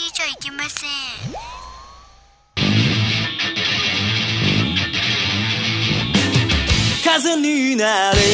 聞いちゃいけません。 風になれ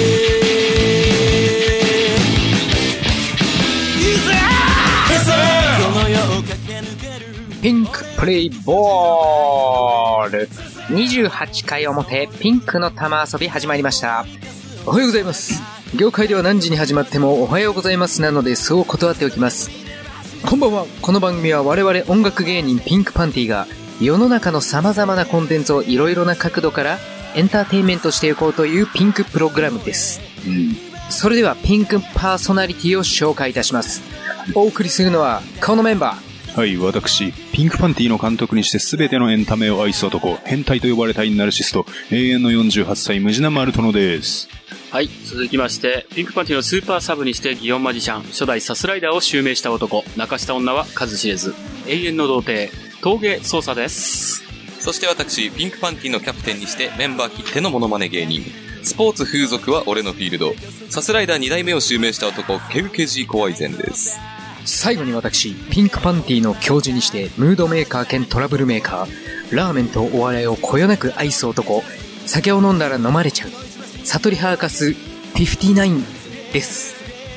ピンクプレイボール28回表、ピンクの玉遊び始まりました。おはようございます。業界では何時に始まってもおはようございますなので、そう断っておきます。こんばんは。この番組は我々音楽芸人ピンクパンティが世の中の様々なコンテンツをいろいろな角度からエンターテインメントしていこうというピンクプログラムです。それではピンクパーソナリティを紹介いたします。お送りするのはこのメンバー。 はい、私、ピンクパンティの監督にして全てのエンタメを愛す男、変態と呼ばれたインナルシスト、永遠の48歳、ムジナマルトノです。 はい、続きまして、ピンクパンティのスーパーサブにして祇園マジシャン、初代サスライダーを襲名した男、泣かした女は数知れず、永遠の童貞、峠捜査です。 そして私、ピンクパンティのキャプテンにしてメンバー切ってのモノマネ芸人、スポーツ風俗は俺のフィールド、サスライダー2代目を襲名した男、ケウケジーコワイゼンです。 最後に私、ピンクパンティの教授にしてムードメーカー兼トラブルメーカー、ラーメンとお笑いをこよなく愛す男、酒を飲んだら飲まれちゃう悟りハーカス59です。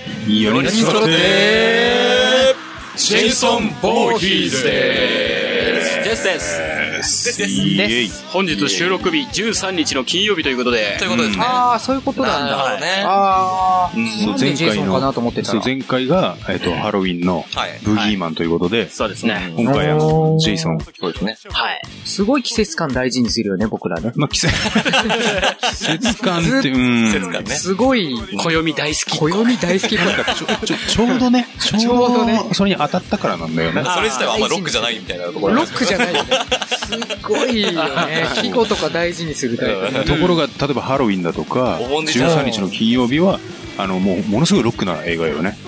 4人揃ってジェイソン・ボーヒーズです。ジェスです。本日収録日13日の金曜日ということで。 ということですね。 ああ、そういうことなんだ。 ね。 ああ、なんでジェイソンかなと思ってたら。 前回が、ハロウィンのブギーマンということで、 そうですね。 今回はジェイソン。 そうですね。 はい。 すごい季節感大事にするよね、僕らね。 まあ、季節感って、 季節感ね。 すごい、 暦大好き。 暦大好き。 なんかちょうどね、ちょうどね、それに当たったからなんだよね。 それ自体はあんまロックじゃないみたいなところ。 ロックじゃないよね。すっごいよね。季語とか大事にするタイプ。 ところが、例えばハロウィンだとか、13日の金曜日は、ものすごいロックな映画よね。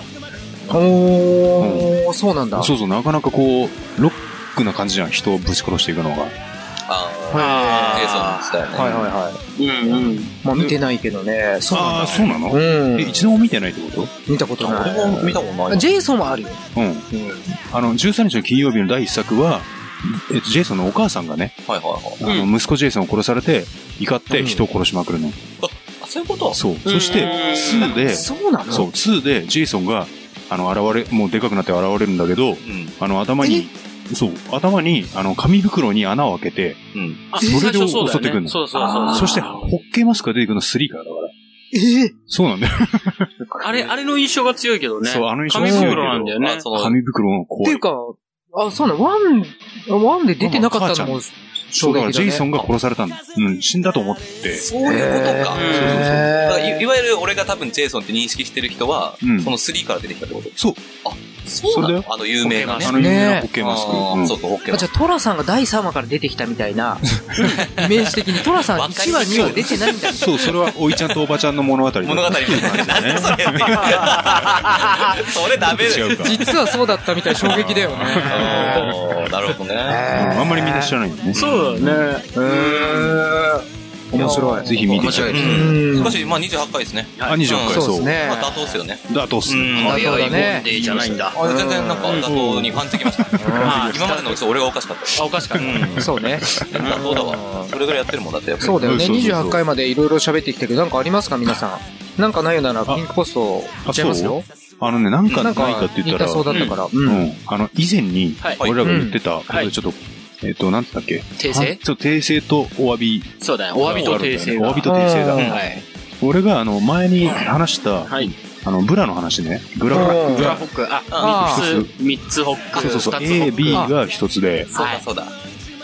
そうなんだ。 そうそう、なかなかこう、ロックな感じじゃん、人をぶち殺していくのが。 ああ、そうでしたよね。 はい。まあ見てないけどね。 そうなの？一度も見てないってこと？ 見たことない。 俺も見たことない。 ジェイソンはあるよ。 13日の金曜日の第一作は、ジェイソンのお母さんがね、息子ジェイソンを殺されて、怒って人を殺しまくるの。 あ、そういうこと？ そう。そして、2で、 そうなの？ そう、2でジェイソンが、もうでかくなって現れるんだけど、頭に、紙袋に穴を開けて、それで襲ってくるの。 そう。 そして、ホッケーマスクが出てくるの3からだから。そうなんだよ。 あれの印象が強いけどね。 そう、あの印象が強いけど。 紙袋なんだよね。紙袋の怖い。 っていうか、そうなの、ワンで出てなかったのも、 そうだからジェイソンが殺されたんだ。死んだと思って。 そういうことか。そう。いわゆる俺が多分ジェイソンって認識してる人は、その3から出てきたってこと？ そう。 あ、そうなんだ。有名なね。 有名なホッケーマスク。 そう、ホッケーマスク。 じゃあトラさんが第3話から出てきたみたいな、イメージ的にトラさん1話2話出てないみたいな。 そう、それはおいちゃんとおばちゃんの物語。 物語みたいな。なんでそれって言うそれダメだよ。 実はそうだったみたいな衝撃だよね。 なるほどね。 あんまりみんな知らないんだね。 そうだね。 面白い。 ぜひ見てください。 しかし、まあ28回ですね。 28回、そう。 ね。 まあ妥当っすよね。 妥当っすね。 早いね。じゃないんだ。 全然なんか妥当に感じてきました。今までのうち俺がおかしかった。 おかしかった。 そうね。 妥当だわ。それぐらいやってるもんだってやっぱり。 そうだよね。28回までいろいろ喋ってきたけど、なんかありますか皆さん。なんかないならピンクポストいっちゃいますよ。 なんかないかって言ったら、 そうだったから。 以前に俺らが言ってた、ちょっと、なんつったっけ？ 訂正？ そう、訂正とお詫び。 そうだね。お詫びと訂正。 お詫びと訂正だ。俺が前に話した、ブラの話ね。ブラホック。3つホック。 そう。A、B が1つで。 そうだ。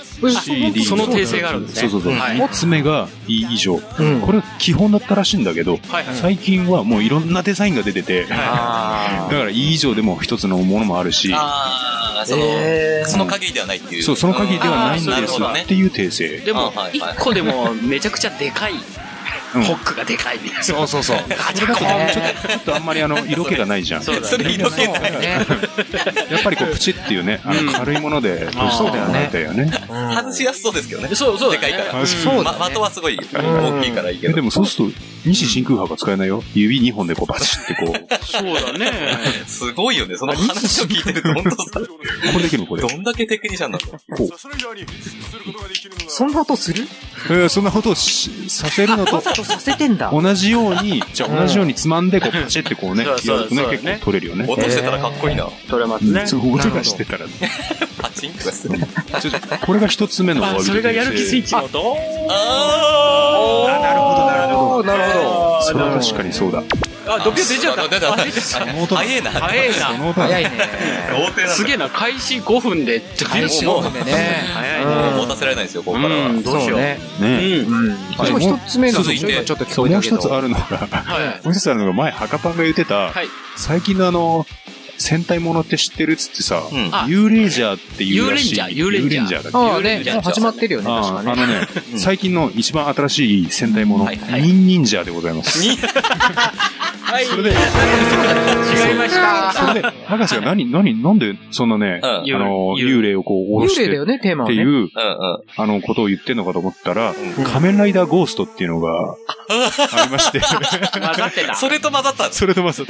CD。 その訂正があるんですね。 そう。3つ目が E 以上。これ基本だったらしいんだけど、最近はもういろんなデザインが出てて、だから E 以上でも1つのものもあるし、 その限りではないっていう。 そう、その限りではないんですっていう訂正。 でも、1個でもめちゃくちゃでかい。 ホックがでかいみたいな。 そうそうそう。それだとね、ちょっとあんまり色気がないじゃん。 そうだね。 それ色気ないね。 やっぱりこうプチっていうね、軽いもので、 そうだよね。 外しやすそうですけどね。 そう。 でかいから。 そうだね。 的はすごい大きいからいいけど。 でもそうすると、二子真空波が使えないよ。指2本でこうバチってこう。 そうだね。 すごいよね。その話を聞いてると本当さ。 これできるのこれ。 どんだけテクニシャンなんだろう。 そんな音する？ そんなことをさせるのと、 させてんだ。 同じように、じゃあ同じようにつまんで、こう、パチってこうね、やるとね、結構取れるよね。 落としてたらかっこいいな。 取れますね。 そう、音がしてたらね。 パチンとかする。 これが一つ目のそれがやる気スイッチの音？ なるほど、なるほど。 なるほど。 それは確かにそうだ。 ドッピュ出ちゃった。 早いな。 早いね。 すげえな、開始5分で。 開始5分でね。 早いね。持たせられないですよ、ここからは。 どうしよう。 ね。 でも一つ目のちょっと聞こえたけど。 もう一つあるのが、前、ハカパンが言ってた、最近の戦隊ものって知ってるっつってさ、ユーレイジャーっていうらしい。 ユーレンジャーだっけ？ ああね、もう始まってるよね、確かね。 最近の一番新しい戦隊もの、ニンニンジャーでございます。 はい。 それで、 違いました。 それで、博士がなんでそんなね、幽霊をこう、下ろして、 幽霊だよね、テーマはね。 っていう、ことを言ってんのかと思ったら、仮面ライダーゴーストっていうのがありまして。 混ざってた。 それと混ざった。 それと混ざって。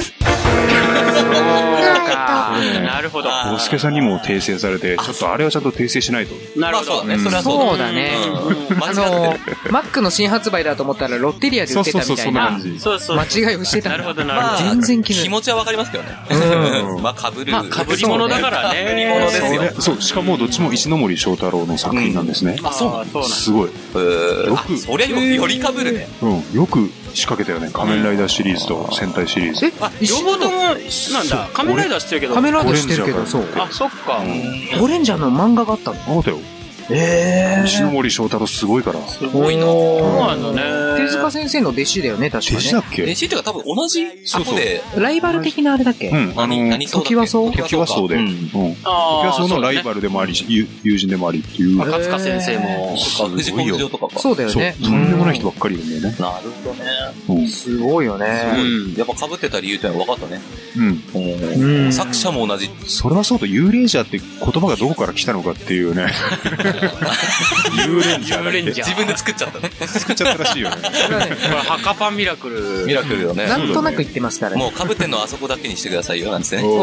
なるほど。 ボスケさんにも訂正されて、ちょっとあれはちゃんと訂正しないと。 なるほど。 そうだね。それはそうだね。マックの新発売だと思ったらロッテリアで売ってたみたいな。間違いをしてた。 なるほど、なるほど。 全然気持ちはわかりますけどね。まあ、被り物だからね。 被り物ですよ。 そう、しかもどっちも石森章太郎の作品なんですね。 あ、そうなんだ。 すごい。 そりゃより被るね。 よく仕掛けたよね。仮面ライダーシリーズと戦隊シリーズ。 両方とも、なんだ、仮面ライダー知ってるけど。 仮面ライダー知ってるけど、そう。 あ、そっか。 ゴレンジャーの漫画があったの？ あったよ。石森章太郎すごいから。 すごいな。 手塚先生の弟子だよね、確かに。 弟子だっけ？ 弟子っていうか多分同じ箱で。 ライバル的なあれだっけ？トキワ荘？ トキワ荘で。トキワ荘のライバルでもあり、友人でもありっていう。 赤塚先生も。 藤子不二雄とかか。 そうだよね。 とんでもない人ばっかりいるんだよね。 なるほどね。 すごいよね。 やっぱ被ってた理由ってのは分かったね。作者も同じ。 それはそうと、ユーレイジャーって言葉がどこから来たのかっていうね。 ユーレンジャー。 自分で作っちゃったね。 作っちゃったらしいよね。 ハカパンミラクル。 ミラクルよね。 なんとなく言ってますからね。 もう被ってんのはあそこだけにしてくださいよ、なんですね。 でも、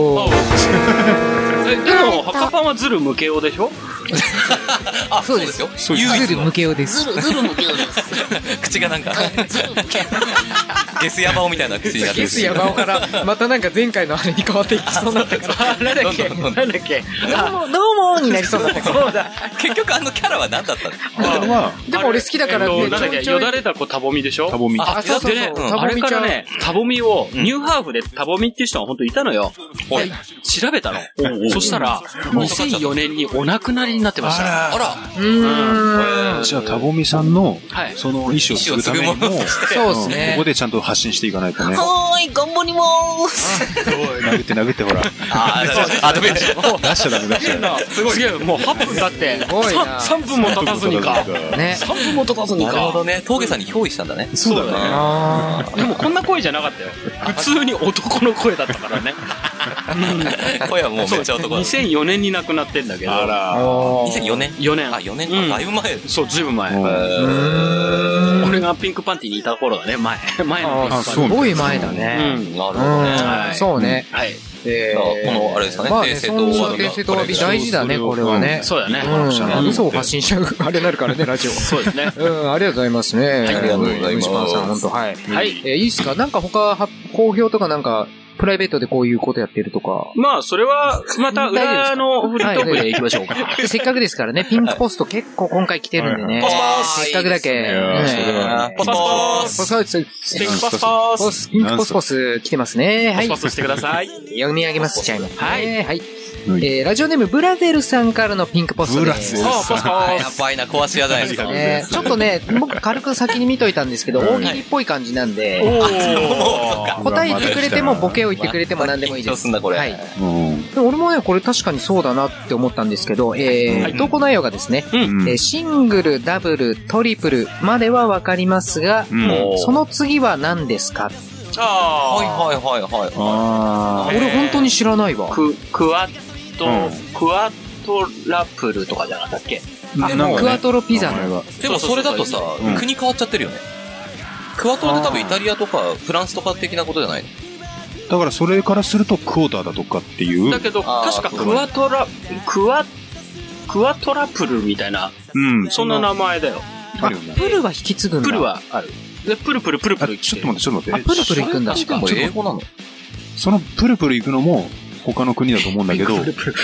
ハカパンはズル無形でしょ？ あ、そうですよ。 ズル無形です。 ズル無形です。 口がなんか、ゲスヤバオみたいな口になってる。 ゲスヤバオから、またなんか前回のあれに変わっていきそうになったから。 なんだっけどうもになりそうだったから。そうだ。 結局あのキャラは何だったの？ でも俺好きだからね。なんだっけ、よだれた子タボミでしょ？ タボミ。 あ、そうそうそう。あれからね、タボミを、ニューハーフでタボミっていう人が本当いたのよ。調べたの。そしたら、2004年にお亡くなりになってました。 あら。 じゃあ、タボミさんの、その意思を継ぐためにも、 そうですね。 ここでちゃんと発信していかないとね。 はーい、頑張りまーす。 殴ってほら。 ダメでしょ。 出しちゃダメ。 すごい。もう8分だって。3分も経たずにか。 ね。 3分も経たずにか。 なるほどね。峠さんに憑依したんだね。 そうだね。でもこんな声じゃなかったよ。普通に男の声だったからね。 声はもうめっちゃ男だ。 2004年に亡くなってんだけど。 2004年 ?4 年。 あ、4年。だいぶ前。 そう、ずいぶん前。俺がピンクパンティにいた頃だね、前のピンクパンティ。 すごい前だね。 なるほどね。 そうね。 はい。 この、あれですかね。訂正とお詫び大事だね、これはね。 そうだね。 嘘を発信しちゃう、あれになるからね、ラジオ。 そうですね。 ありがとうございますね。 ありがとうございます。 虫パンさん、本当はい。いいっすか？なんか他、好評とかなんか、プライベートでこういうことやってるとか。 まあ、それは、また裏のフリートークで行きましょうか。 せっかくですからね、ピンクポスト結構今回来てるんでね。せっかくだけ。 ポスポスピンクポスポスピンクポスポス来てますね。はい。 ポスポスしてください。 読み上げますちゃいます。 はい。 はい。ラジオネームブラゼルさんからのピンクポストです。 やばいな、壊し屋じゃないですか。 ちょっとね、僕軽く先に見といたんですけど、大喜利っぽい感じなんで、答えてくれてもボケを言ってくれても何でもいいです。 緊張すんだ、これ。 はい。で俺もね、これ確かにそうだなって思ったんですけど、投稿内容がですね、シングル、ダブル、トリプルまではわかりますが、その次は何ですか？ はいはいはいはい。 俺本当に知らないわ。 クワトラプルとかじゃなかったっけ？ クワトロピザの。 でもそれだとさ、国変わっちゃってるよね。クワトロって多分イタリアとかフランスとか的なことじゃないの？ だからそれからするとクォーターだとかっていう。 だけど、確かクワトラプルみたいな、そんな名前だよ。 プルは引き継ぐんだ。 プルはある。で、プルプルちょっと待って。 プルプル行くんだ。 確かも英語なの？ そのプルプル行くのも他の国だと思うんだけど。ちょっと待って。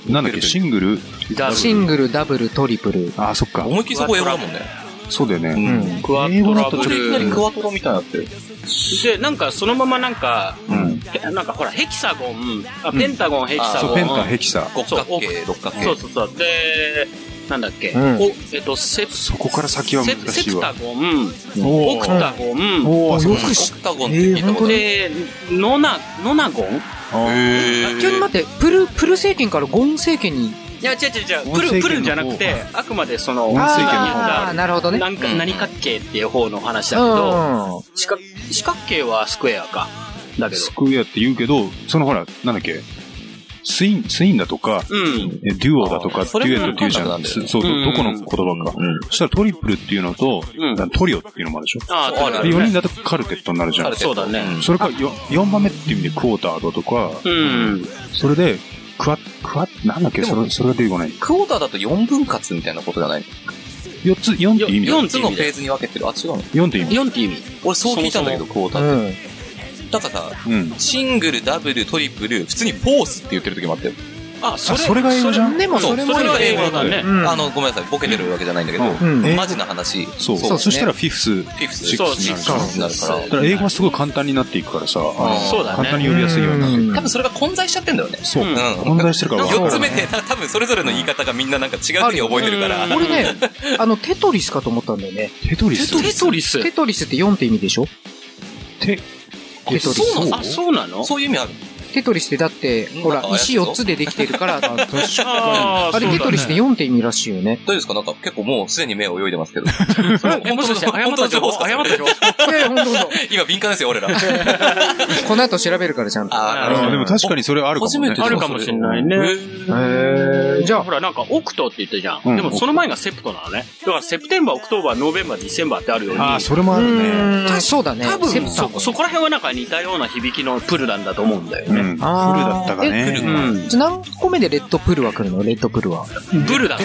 なんだっけ、シングル、 ダブル、トリプル。 そっか。思いっきりそこ英語だもんね。 そうだよね。 クワトラブル。 クワトロみたいになってる。 で、なんかそのままなんかほら、ヘキサゴン、ペンタゴン、ヘキサゴン。 ペンタ、ヘキサ。 五角形、六角形。 そう。で、なんだっけ、 そこから先は難しいわ。 セプタゴン、オクタゴン、 オクタゴンって聞いたことで、ノナゴン。 急に待って、プル政権からゴン政権に。 いや、違う。プルじゃなくて、あくまでその、 なるほどね。 何角形っていう方の話だけど、四角形はスクエアか。だけど。 スクエアって言うけど、そのほら、なんだっけ、ツインだとか、デュオだとか、デュエットって言うじゃん。そう、どこの言葉か。そしたらトリプルっていうのと、トリオっていうのもあるでしょ。4人だとカルテットになるじゃん。 そうだね。 それから4番目っていう意味でクォーターだとか、それで、なんだっけ、それが出てこない。 クォーターだと4分割みたいなことじゃない 4って意味だ。 4つのフェーズに分けてる。違うの ?4 って意味。 4って意味。 俺そう聞いたんだけど、クォーターって。だからさ、シングル、ダブル、トリプル、普通にフォースって言ってる時もあったよ。 それが英語じゃん。 でもそれは英語だね。ごめんなさい、ボケてるわけじゃないんだけど、マジな話。 そう。そしたらフィフス、 シックスになるから。 だから英語はすごい簡単になっていくからさ、 そうだね。 簡単に呼びやすいようになる。 多分それが混在しちゃってんだよね。 そう。混在してるから 4つ目で、多分それぞれの言い方がみんななんか違うふうに覚えてるから。 俺ね、テトリスかと思ったんだよね。 テトリスって4って意味でしょ？ テトリス。 そうなの？ そういう意味ある。 テトリスってだって、ほら、石4つでできてるから、 確かに。 あれテトリスって4って意味らしいよね。 どうですか？なんか結構もうすでに目泳いでますけど。 もしかして謝った情報？ いやいや、ほんと。 今敏感ですよ、俺ら。 この後調べるからちゃんと。 でも確かにそれあるかもね。 あるかもしれないね。 じゃあ、 ほら、なんかオクトって言ったじゃん。でもその前がセプトなのね。だからセプテンバー、オクトーバー、ノーベンバー、ディセンバーってあるように。 それもあるね。 そうだね。 多分そこら辺はなんか似たような響きのプルなんだと思うんだよね。 プルだったかね。 じゃあ何個目でレッドプルは来るの？レッドプルは。 ブルだ。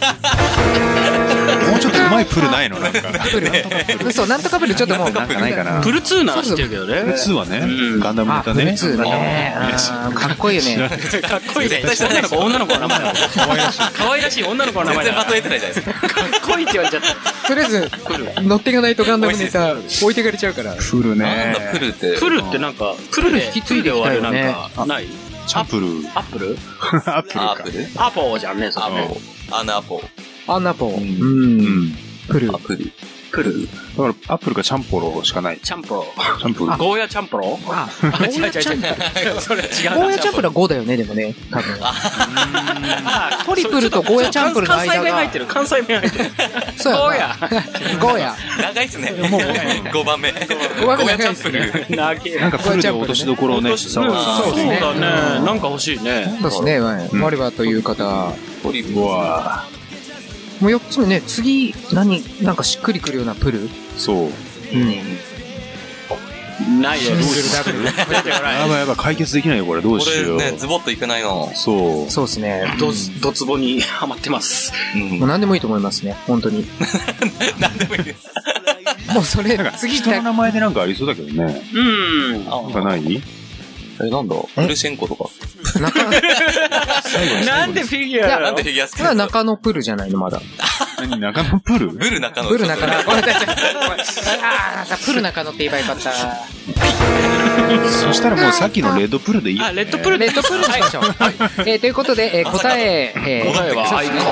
もうちょっと上手いプルないの？なんか。 そう、なんとかプルちょっともうなんかないかな。 プル2なら知ってるけどね。 プル2はね、ガンダムネタね。 プル2ね。かっこいいよね。 かっこいいね。女の子の名前だもん。可愛らしい女の子の名前だ。 全然まとえてないじゃないですか。 かっこいいって言われちゃった。 とりあえず、乗っていかないとガンダムネタ置いてかれちゃうから。 プルね。 なんだプルって。 プルってなんか、プルで引き継いで終わるなんか、ない？ チャンプル。 アップル？ アップル？ アポーじゃんね、それね。 アナポー。 アナポー。プル。 プル。 だから、アップルかチャンポロしかない。 チャンポロ。 チャンプル。 ゴーヤチャンポロ？違う。 ゴーヤチャンプルは5だよね、でもね。多分。トリプルとゴーヤチャンプルの間が。 関西弁入ってる。 そうや。ゴーヤ。 長いっすね。5番目。 5番目長いっすね。 なんかプルで落としどころをね、 そうだね。なんか欲しいね。 そうですね。我はという方。 トリプルは。 もう4つ目ね、次、なんかしっくりくるようなプル？ そう。 ないよ。 やばい、解決できないよ、これ。どうしよう。 これね、ズボッといけないな。 そうですね。 ドツボにハマってます。 もう何でもいいと思いますね、本当に。 何でもいいです。 もうそれ、次人の名前でなんかありそうだけどね。なんかない？ なんだプルシェンコとか。 なんでフィギュア？ なんでフィギュア好き？ それは中野プルじゃないの、まだ。 何、中野プル？ ブル中野。 ブル中野。ごめんなさい。プル中野って言えばよかった。 そしたらもうさっきのレッドプルでいいよね。 あ、レッドプルレッドプルにしましょう。ということで、答えは、 そうですね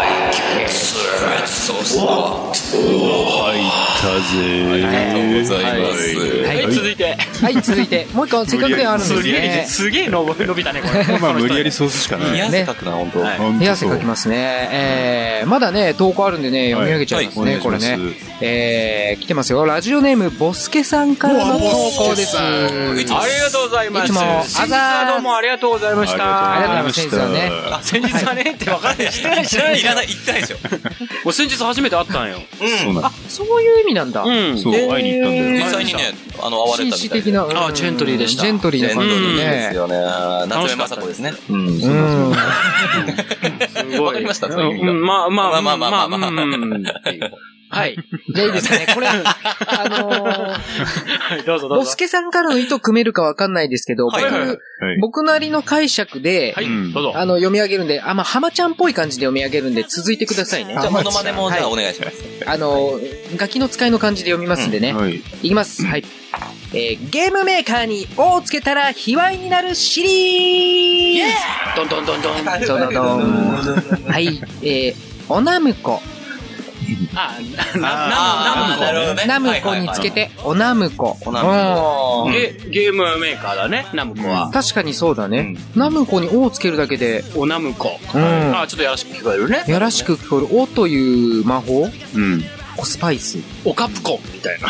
入ったぜありがとうございます。 はい、続いて。 はい、続いて、もう一個、せっかくであるんですね。 すげえ伸びたね、これ。 まあ無理やりそうすしかない。 いや、せっかくな、本当。 冷や汗かきますね。まだね、投稿あるんでね、読み上げちゃいますね、これね。来てますよ。ラジオネーム、ボスケさんからの投稿です。 ありがとうございます。 いつも先日はどうもありがとうございました。 ありがとうございます、先日はね。 先日はねって分かんない。知らない。 いらない、言ってないでしょ。 もう先日初めて会ったんよ。 そうなんだ。 そういう意味なんだ。 そう、会いに行ったんだよ。 実際にね、会われたみたい紳士的な。 あ、ジェントリーでした。 ジェントリーな感じででねす。よね。夏目雅子ですね。 うん。 すごい。 わかりましたそういう意味がまあ。 はい。じゃあいいですかね。これ、 どうぞ。 ボスケさんからの意図組めるかわかんないですけど、僕なりの解釈で、 どうぞ。 読み上げるんで、まあ、浜ちゃんっぽい感じで読み上げるんで、続いてくださいね。 じゃあ、モノマネも、じゃあお願いします。 ガキの使いの感じで読みますんでね。いきます。はい。ゲームメーカーに「お」をつけたら卑猥になるシリーズドンドンドンドン。 ドンドン。はい。おなむこ。 なるほどね。 ナムコにつけて、おなむこ。 おなむゲームメーカーだね、ナムコは。 確かにそうだね。ナムコに「お」をつけるだけで、 おなむこ。ちょっとやらしく聞こえるね。 やらしく聞こえる「お」という魔法。おスパイス。 おカプコンみたいな。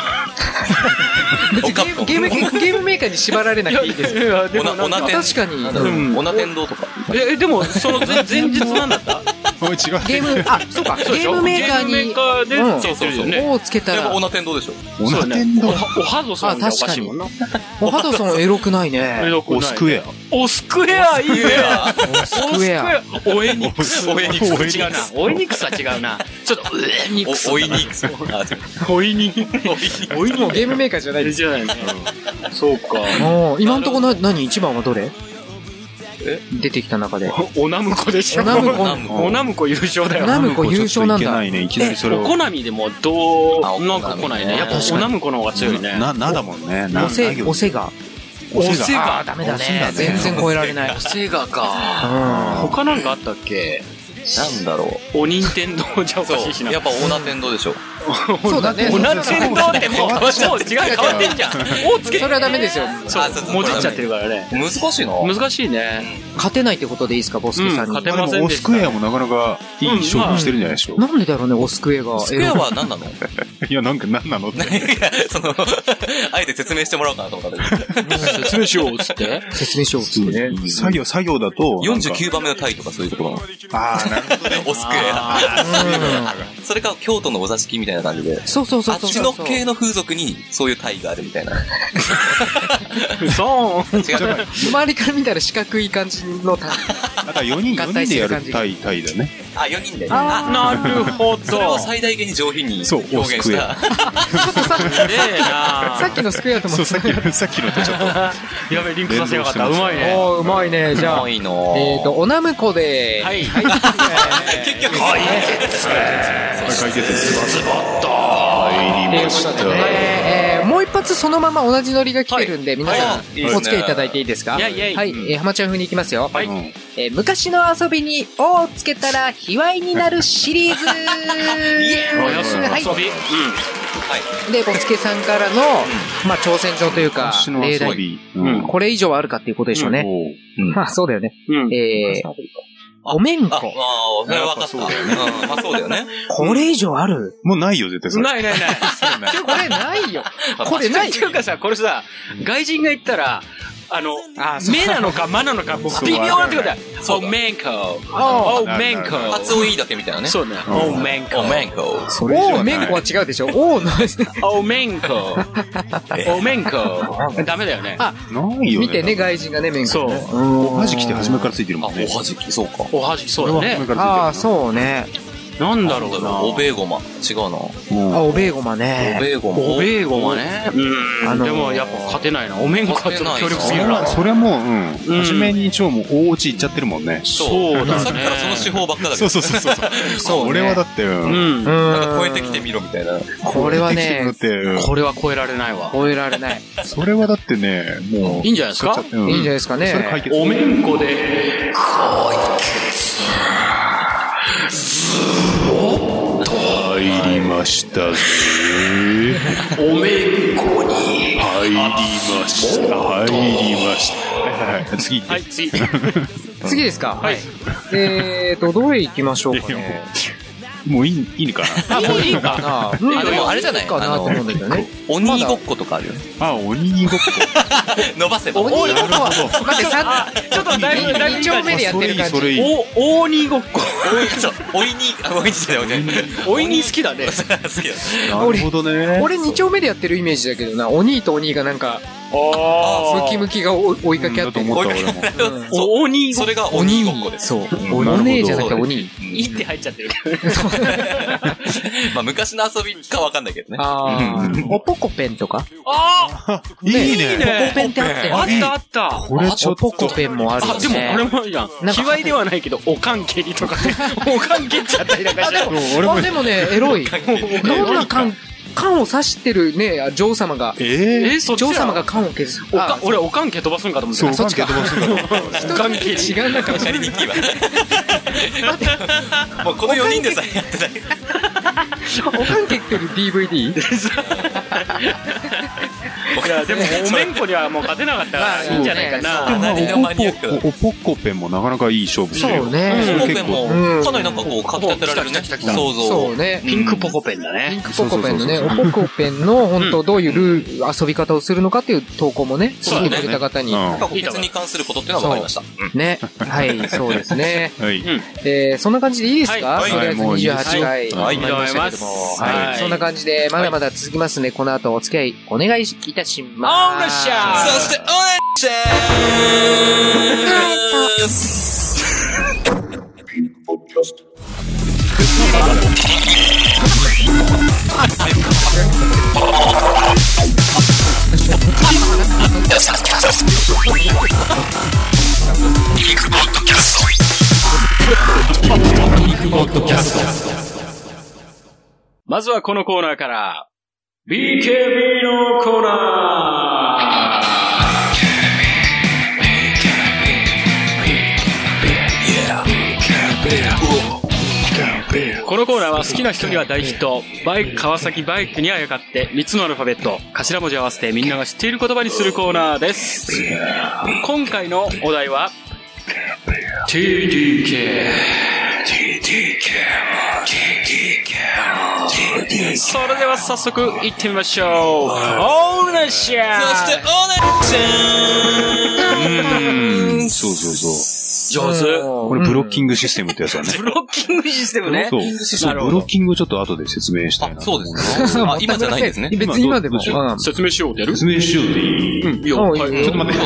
ゲームメーカーに縛られなくていいですよ。 おな天。 確かに。 おな天堂とか。 でも、その前日なんだったゲーム、そうか。ゲームメーカーに、 ゲームメーカーでつけてるよね。 おをつけたら。 おな天堂でしょ。 おな天堂。 おはどさんがおかしいもんな。 おはどさんエロくないね。 おスクエア。 おスクエアいいね。 おスクエア。 おエニックス。おエニックス違うな。おエニックスは違うな。ちょっと、おエニックス。 おエニックス。 おエニックス。 もうゲームメーカーじゃないです。 じゃないね。そうか。 今んとこ何一番はどれ？出てきた中で。 おなむこでしょ。おなむこ優勝だよ。 おなむこ優勝なんだ。 いきなりそれを。 お好みでもなんか来ないね。やっぱおなむこの方が強いね。 なだもんね。 おせが。 おせが。 ダメだね。全然超えられない。 おせがか。他なんかあったっけ？ なんだろう。お任天堂じゃおかしいしな。 やっぱおな天堂でしょ。 そうだね。 おな天堂ってもう違う変わってんじゃん。おつけ。 それはダメですよ。 もじっちゃってるからね。 難しいな。 難しいね。 勝てないってことでいいですか、ボスケさんに。 勝てませんでした。 オスクエアもなかなかいい勝負してるんじゃないでしょう。 なんでだろうね、オスクエアが。 オスクエアは何なの？ いや、なんか何なのって。 あえて説明してもらおうかなと思った。 説明しようっつって。 説明しようっつってね。 作業だと。 49番目のタイとかそういうことかな。 ああ、なるほどね。 オスクエア。それか京都のお座敷みたいな感じで。 そうそうそう。 あっちの系の風俗にそういうタイがあるみたいな。 そう。 違う。 周りから見たら四角い感じのタイ。 なんか4人でやるタイだね。 あ、4人で。 なるほど。 それを最大限に上品に表現した。 さっきのスクエアともさっきのとちょっと。 やべ、リンクさせなかった。うまいね。 うまいね。じゃあ、おなむこで。 はい。 結局、 解決です。 ズバッと。 入りました。 もう一発そのまま同じノリが来てるんで、皆さん、お付き合いいただいていいですか？はい。浜ちゃん風に行きますよ。はい。昔の遊びに「お」をつけたら卑猥になるシリーズ。はい。で、ボスケさんからの、挑戦状というか、例題。これ以上あるかっていうことでしょうね。まあ、そうだよね。おめんこ。 ああ、それは分かった。まあそうだよね。 これ以上ある？ もうないよ、絶対それ。 ない。 これないよ。これない。 っていうかさ、これさ、外人が言ったら、目なのか、間なのか、もう微妙なってことだよ。おめんこ。おめんこ。 発音いいだけみたいなね。 そうね。おめんこ。 おめんこ。 おめんこは違うでしょ。おの。 おめんこ。おめんこ。ダメだよね。 ないよ。 見てね、外人がね、めんこ。 そう。 おはじきって初めからついてるもんね。 おはじき、そうか。 おはじき、そうだね。 ああ、そうね。 なんだろうな。 おべえごま。違うな。 あ、おべえごまね。 おべえごま。 おべえごまね。でもやっぱ勝てないな。おめんこはちょっと強力すぎるな。 それはもう、初めに一応もう大落ちいっちゃってるもんね。 そうだね。さっきからその手法ばっかだけど。 そう。そう。俺はだって、 なんか超えてきてみろみたいな。 これはね、 これは超えられないわ。 超えられない。 それはだってね、もう。 いいんじゃないですか？ いいんじゃないですかね。 それ解決。 おめんこで、 入りましたぜ。 おめんこに入りました。はい、次行って。 はい、次。 次ですか？ はい。 どれ行きましょうかね。 もういいのかな？ あ、もういいかでもあれじゃない？ かなと思うんだけどね。 鬼ごっことかあるよね。 あ、鬼ごっこ。 伸ばせば。 鬼ごっこは、待って、 ちょっとだいぶ 2丁目でやってる感じ。 大にごっこ。 おいに好きだね。 好きだ。 なるほどね。 俺2丁目でやってるイメージだけどな、お兄とお兄がなんか、ムキムキが追いかけ合ってる。 鬼それが鬼ごっこです。 そう。お姉じゃなくて鬼。 いって入っちゃってる。 まあ昔の遊びかわかんないけどね。 おポコペンとか？ いいね。 おポコペンってあったあった。 これちょっと。おポコペンもあるしね。 でもこれもいいじゃん。卑猥ではないけど、おかん蹴りとかね。おかん蹴っちゃったりなんかして。 でもね、エロい。どんな缶を刺してるね、女王様が。 そっち女王様が缶を消す。 俺、おかん蹴飛ばすんかと思ってた。 そっちか。 おかん蹴り。 違うんだから。 やりにくいわ。もうこの4人でさえやってた。 おかん蹴ってる DVD？ いや、でも、おめんこにはもう勝てなかったからいいんじゃないかな。 おポッコペンもなかなかいい勝負してる。 そうね。 ポコペンも、かなりなんかこう、かき立てられるね。 そうね。 ピンクポコペンだね。 ピンクポコペンのね、おポコペンの本当どういう遊び方をするのかっていう投稿もね、 そうだね。 くれた方に。 補欠に関することっていうのは分かりました。 ね。はい、そうですね。 はい。 そんな感じでいいですか？とりあえず28回。 はい、いいと思います。 はい。そんな感じで、まだまだ続きますね。この後お付き合いお願いいたします。 そして、お願いします。 まずはこのコーナーから、BKB のコーナー。このコーナーは好きな人には大ヒット、バイク川崎バイクにあやかって3つのアルファベット、頭文字合わせてみんなが知っている言葉にするコーナーです。今回のお題は TDK。それでは早速行ってみましょう。オーナーシャー。 そしてオーナーシャー。 そう。 上手。 これブロッキングシステムってやつだね。 ブロッキングシステムね。 そう。ブロッキングをちょっと後で説明したいな。 そうですね。今じゃないですね。 別に今でも。 説明しようってやる？ 説明しようっていい？ いいよ。 ちょっと待って。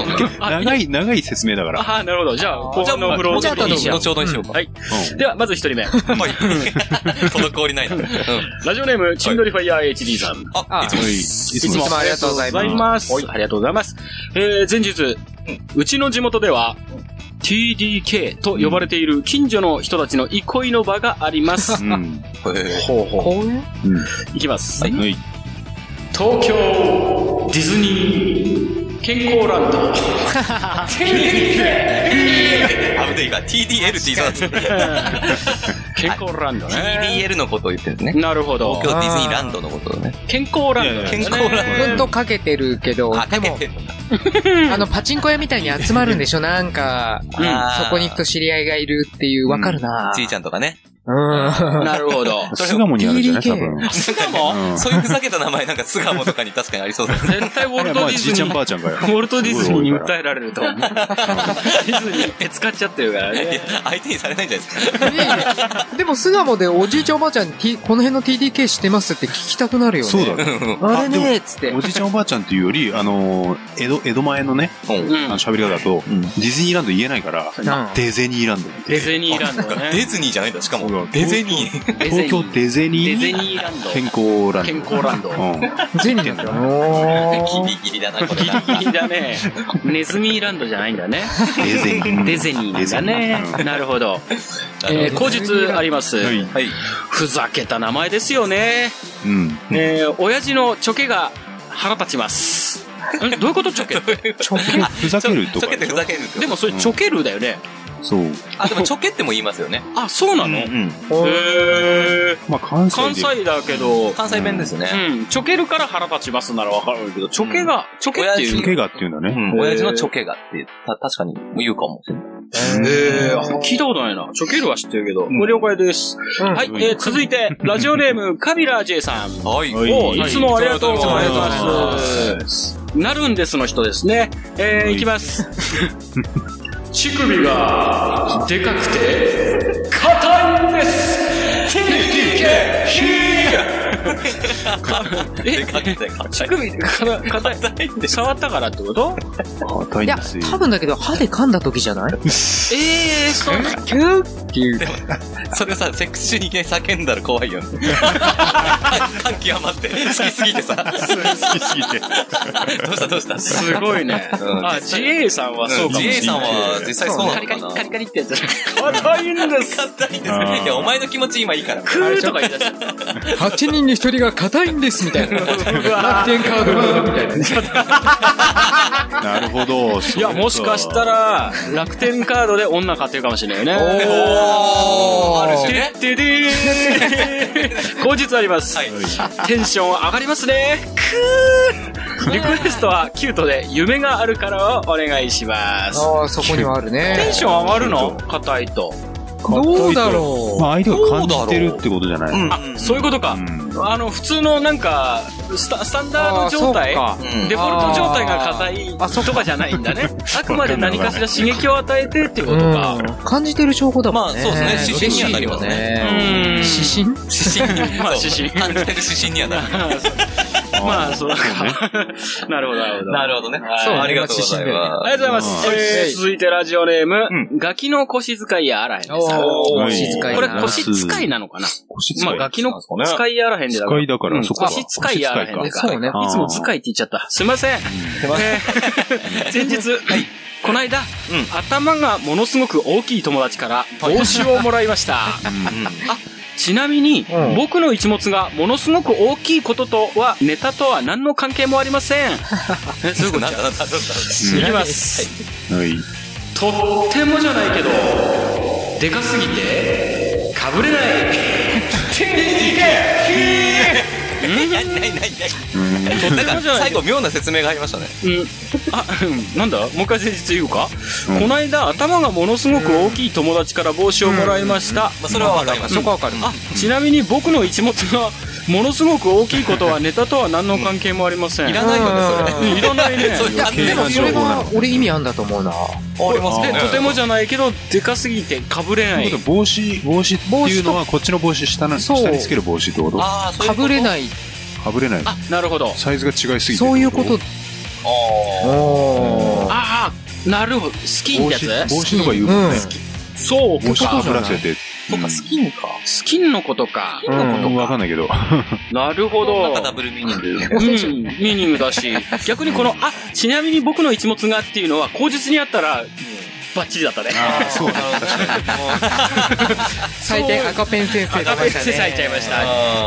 長い説明だから。 あ、なるほど。じゃあ、後半のフロー後ほどにしようか。 はい。では、まず一人目。 はい。滞りないな。 ラジオネーム、チンドリファイヤー HD さん。 あ、いつもありがとうございます。 ありがとうございます。前日、うちの地元では、TDK と呼ばれている近所の人たちの憩いの場があります。 公園？ いきます。 はい。 東京ディズニー健康ランド。 危ねえか、TDL って言いそうだった。 健康ランドね。 TDL のことを言ってるんですね。 なるほど。 東京ディズニーランドのことをね。 健康ランド。 健康ランド。 ほんとかけてるけど、でも、パチンコ屋みたいに集まるんでしょなんか、そこに行くと知り合いがいるっていう、わかるな。 ちいちゃんとかね。 なるほど。 巣鴨にあるんじゃない多分。 巣鴨？そういうふざけた名前なんか巣鴨とかに確かにありそうだね。 絶対ウォルトディズニー。 じいちゃんばあちゃんがよ。 ウォルトディズニーに訴えられると思う。ディズニーって使っちゃってるからね。 相手にされないんじゃないですか。 でも巣鴨でおじいちゃんおばあちゃんにこの辺の TDK 知ってますって聞きたくなるよね。 そうだね。 あれねーっつって。 おじいちゃんおばあちゃんっていうより、江戸前のね、喋り方だと、ディズニーランド言えないから、デゼニーランド。 デゼニーランドね。 ディズニーじゃないんだ、しかも。 か、 デゼニー。 東京デゼニー。 デゼニーランド。 健康ランド。 健康ランド。 ゼニーなんだよ。 ギリギリだな、これな。 ギリギリだね。ネズミランドじゃないんだね。 デゼニー。 デゼニーだね。なるほど。口述あります。はい。ふざけた名前ですよね。 うん。 親父のチョケが腹立ちます。どういうことチョケって？ チョケふざけるとか。 チョケってふざけるって。 でもそれチョケるだよね。 そう。 あ、でもチョケっても言いますよね。 あ、そうなの？へー。まあ関西だけど。 関西弁ですね。 うん。チョケるから腹立ちますならわかるけど、チョケが、チョケっていう。 チョケがっていうんだね。 親父のチョケがって確かに言うかもしれない。 聞いたことないな。チョケるは知ってるけど。ご了解です。はい。続いて、ラジオネーム、カビラ J さん。はい。いつもありがとうございます。なるんですの人ですね。いきます。乳首がでかくて硬いんです。 でかくて乳首硬いって触ったからってこと？ 硬いんですよ。いや、多分だけど歯で噛んだ時じゃない？ そう。 キューっていう。 それさ、セックス中にいきなり叫んだら怖いよね。感極まって、好きすぎてさ。好きすぎて。どうしたすごいね。あ、GA さんはそうかもしれない。 GA さんは実際そうなのかな。 カリカリってやつ。硬いんです。 硬いんです。いや、お前の気持ち今いいから。 クーとか言い出した。 8人に1人が硬いんですみたいな。楽天カードがみたいな。 なるほど。 いや、もしかしたら、楽天カードで女買ってるかもしれないよね。 あるしね。 てでー。口述あります。テンション上がりますね。リクエストはキュートで夢があるからをお願いします。 ああ、そこにはあるね。 テンション上がるの？硬いと。 どうだろう。 まあ相手が感じてるってことじゃない？ あ、そういうことか。普通のなんか、スタンダード状態？デフォルト状態が硬いとかじゃないんだね。あくまで何かしら刺激を与えてってことか。 感じてる証拠だもんね。 まあそうですね。指針にはなりますね。 指針？ 指針。まあ指針。感じてる指針にはなる。 まあ、そうだね。なるほど、なるほど。 なるほどね。 そう、 ありがとうございます。 ありがとうございます。続いてラジオネーム、ガキの腰使いやあらへんです。 腰使い。 これ腰使いなのかな？まあ、ガキの使いやあらへんでだから。 使いだから、そこは。 腰使いやあらへんでか。 そうね。 いつも使いって言っちゃった。すいません。前日、この間、頭がものすごく大きい友達から帽子をもらいました。ちなみに、僕の一物がものすごく大きいこととは、ネタとは何の関係もありません。そういうことなんだ。いきます。 はい。 とってもじゃないけど、でかすぎて、かぶれない。 なんか最後妙な説明がありましたね。 なんだもう一回前日言うか、この間頭がものすごく大きい友達から帽子をもらいました。 それはわかります。 そこはわかる。 ちなみに僕の一物がものすごく大きいことはネタとは何の関係もありません。 いらないよね、それ。 いらないね。 でもそれは俺意味あんだと思うな。 ありますね。 とてもじゃないけど、でかすぎて被れない。 帽子っていうのはこっちの帽子下につける帽子ってこと？ 被れない。 被れない。 あ、なるほど。 サイズが違いすぎて。 そういうこと。 ああ、なるほど。スキンってやつ？ 帽子とか言うもんね。 そう、 帽子かぶらせて。 そうか、スキンか。 スキンのことか。 わかんないけど。 なるほど。 なんかダブルミーニング。 ミーニングだし、逆にこの、ちなみに僕の一物がっていうのは、口述にあったら、バッチリだったね。 そうだ、確かに。 採点赤ペン先生赤ペン先生入っちゃいました。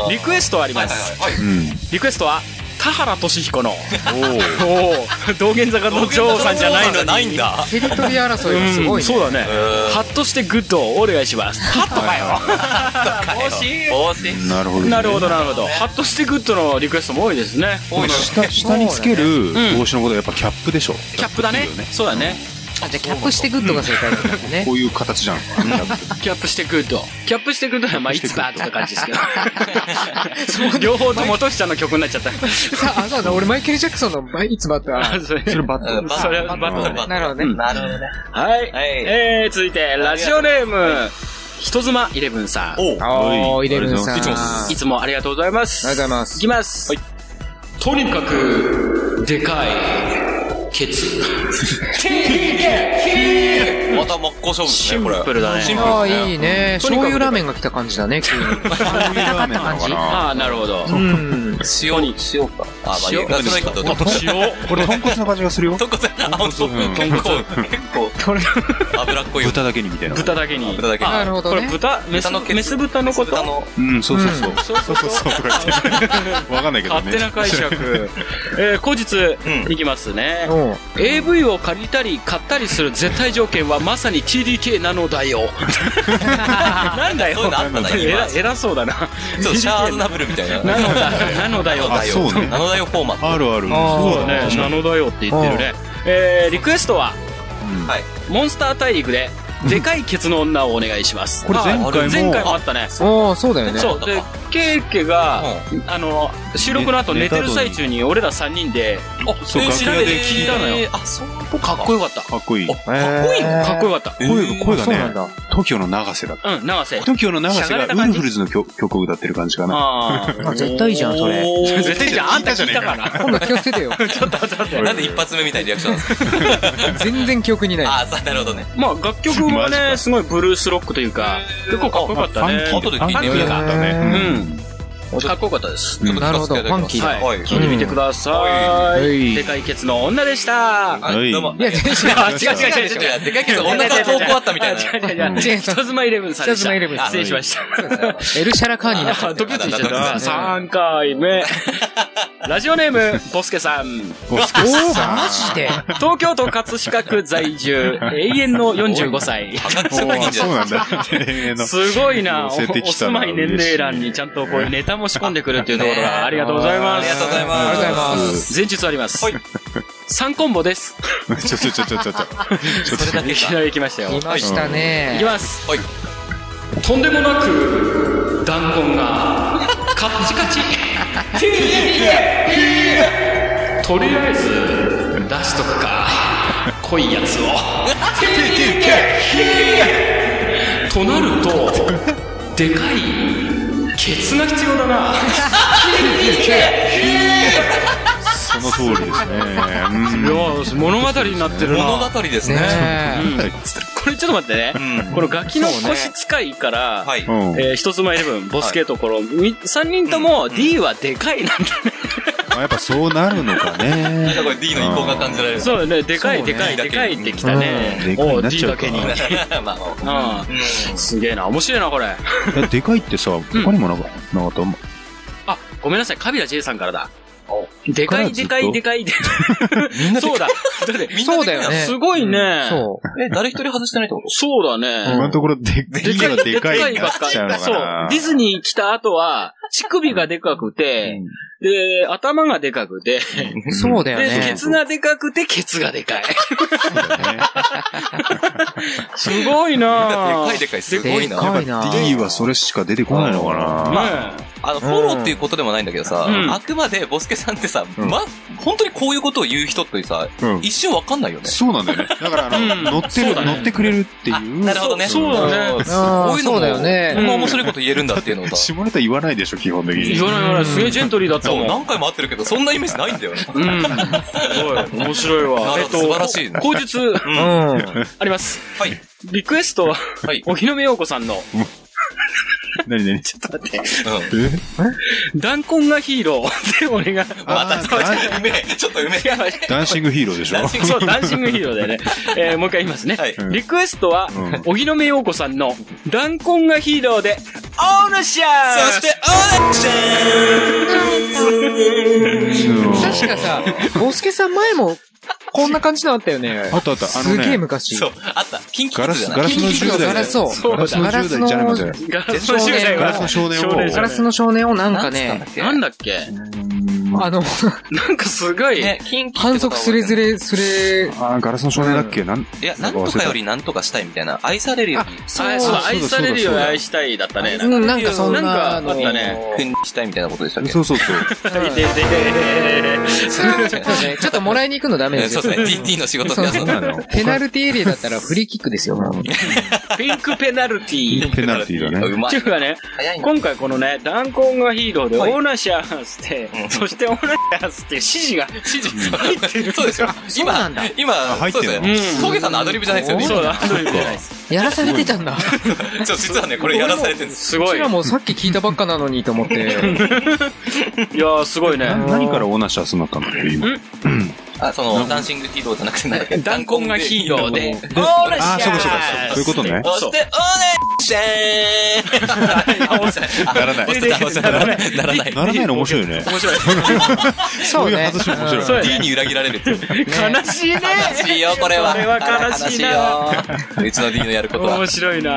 リクエストあります。リクエストは、田原俊彦の道玄坂の女王さんじゃないのにないんだ。 テリトリー争いがすごいね。 そうだね。ハッとしてグッドをお願いします。ハッとかよ。 帽子。 なるほど。 なるほど、なるほど。ハッとしてグッドのリクエストも多いですね。 下につける帽子のことはやっぱキャップでしょ。 キャップだね。そうだね。 じゃあキャップしてグッドが正解だったね。 こういう形じゃん。 キャップしてグッド。キャップしてグッドはまあいつかって感じですけど。両方ともトシちゃんの曲になっちゃった。 さあ、そうだ、俺マイケル・ジャクソンのいつバット。 それバット。それはバット。 なるほどね。 なるほどね。 はい。続いて、ラジオネーム、人妻イレブンさん。 イレブンさん。 いつもありがとうございます。 ありがとうございます。 いきます。とにかく、でかい。ケツ。 おまた真っ向勝負ですね、これ。 シンプルだね。 シンプルああ、 ですね。 いいね。醤油ラーメンが来た感じだね、急に。 醤油ラーメンなのかな。 ああ、なるほど。 うん。 塩か。あ、まあいいや。それはいいかと。 塩。 これ豚骨な感じがするよ。 豚骨結構、脂っこい。 豚だけにみたいな。 豚だけに。 豚だけに。 なるほどね。 これ豚、メス豚のこと？ うん、そうそうそう。そうそうそうとか言って。わかんないけどね。 勝手な解釈。後日、いきますね。AV を借りたり買ったりする絶対条件はまさに TDK なのだよ。なんだよ。 そういうのあったな、今。 偉そうだな。 ちょっとシャーズナブルみたいな。 なのだよ。 あ、そうね。 なのだよフォーマット。 あるある。 そうだね。なのだよって言ってるね。リクエストは、モンスター大陸で、でかいケツの女をお願いします。 これ前回もあったね。 ああ、そうだよね。 そう。で、ケイケが、収録の後寝てる最中に俺ら3人で、 そう、楽屋で聞いたのよ。 あ、そうかっこよかった。 かっこいい。 かっこいいのかっこよかった。 声がね、TOKIO の永瀬だった。 永瀬。 TOKIO の永瀬がウルフルズの曲を歌ってる感じかな。 絶対いいじゃん、それ。 絶対いいじゃん。あんた聞いたから。 今度聞かせてよ。 ちょっと待って。 なんで一発目みたいなリアクションなんですか？ 全然記憶にない。 あ、なるほどね。 まあ楽曲もね、すごいブルースロックというか、結構かっこよかったね。 後で聞いてみようか。 かっこよかったです。 なるほど、ファンキーだ。 聞いてみてください。でかいケツの女でした。 どうも。 いや、違う。 でかいけど女から投稿あったみたいな。 違う。人妻イレブンさんでした。 人妻イレブンさん。 失礼しました。 エルシャラカーニになっちゃった。 ドキュッとしちゃった。3回目。ラジオネーム、ボスケさん。 おー、マジで東京都葛飾区在住、永遠の45歳。 そうなんだ。 すごいな。お住まい年齢欄にちゃんとこういうネタも仕込んでくるっていうところがありがとうございます。 ありがとうございます。 ありがとうございます。 前日あります。3コンボです。 ちょ。 それだけいきなり来ましたよ。 来ましたね。 いきます。 はい。 とんでもなく、弾痕が、カッチカチ。とりあえず、出しとくか。濃いやつを。となると、でかい、ケツが必要だな。 その通りですね。 物語になってるな。 物語ですね。 これちょっと待ってね。このガキの腰使いから、一つ前イレブン、ボスケところ、3人とも D はでかいなんだね。 やっぱそうなるのかね。 これ D の意向が感じられる。 そうね、でかいってきたね。お D だけに。すげえな、面白いな、これ。 でかいってさ、他にもなかった？ あ、ごめんなさい、カビラ J さんからだ。でかい。そうだ。 そうだよね。 すごいね。 そう。 誰一人外してないってこと？ そうだね。 今のところでかいばっかり。 そう。ディズニー来た後は、乳首がでかくて、で、頭がでかくて、 そうだよね。 で、ケツがでかくて、ケツがでかい。すごいなでかい、すごいな。 でかいな。 D はそれしか出てこないのかな。 フォローっていうことでもないんだけどさ、あくまでボスケさんってさ、本当にこういうことを言う人ってさ、一瞬わかんないよね。 そうなんだよね。だから乗ってくれるっていう。 なるほどね。 そうだね。 こういうのも、 だよね。 こんな面白いこと言えるんだっていうのをさ。 下ネタ言わないでしょ、基本的に。 言わない。すげえジェントリーだったもん。 何回も会ってるけど、そんなイメージないんだよね。すごい。面白いわ。 素晴らしいね。 口述、あります。 はい。 リクエストは、おひのめようこさんの、 何ちょっと待って。弾痕がヒーローで俺が。 また、ちょっとうめえ。 ダンシングヒーローでしょ？ そう、ダンシングヒーローでね。もう一回言いますね。リクエストは、おひのめようこさんの、弾痕がヒーローで、オーナシャーそして、オーナシャー確かさ、ボスケさん前も、こんな感じのあったよね。 あった。 すげえ昔。 そう、あった。キンキガラスの10代。 ガラスの少年をなんかね、 なんだっけなんかすごい、 反則すれ。 ガラスの少年だっけ？ いや、なんとかよりなんとかしたいみたいな。愛されるより。 そう、愛されるより愛したいだったね。 なんかそんな、 なんかあったね。 君にしたいみたいなことでしたっけ？ そう。 ちょっともらいに行くのダメですよ。 そうですね。DT の仕事ってやつなの。 ペナルティエリアだったらフリーキックですよ。 ピンクペナルティー。 ペナルティーだね。 っていうかね、今回このね、弾痕がヒーローでオーナシャーして、そしてしてお願いしますっていう指示入ってる。 そうですよ。 そうなんだ。 今、そうですね。峠さんのアドリブじゃないですよね。 そうだ、アドリブじゃないです。 やらされてたんだ。 実はね、これやらされてるんです。 すごい。 うちらもさっき聞いたばっかなのにと思って。いやー、すごいね。 何からオーナーシャスになったのって今。 ダンシングヒーローじゃなくて、 弾痕がヒーローで、 あ、そういうことね。 そして、ならない。 ならないの面白いよね。 面白い。 そういう外し面白い。 D に裏切られるっていう。 悲しいね。 悲しいよ、これは。 これは悲しいな。 うちの D のやることは。 面白いな。はい、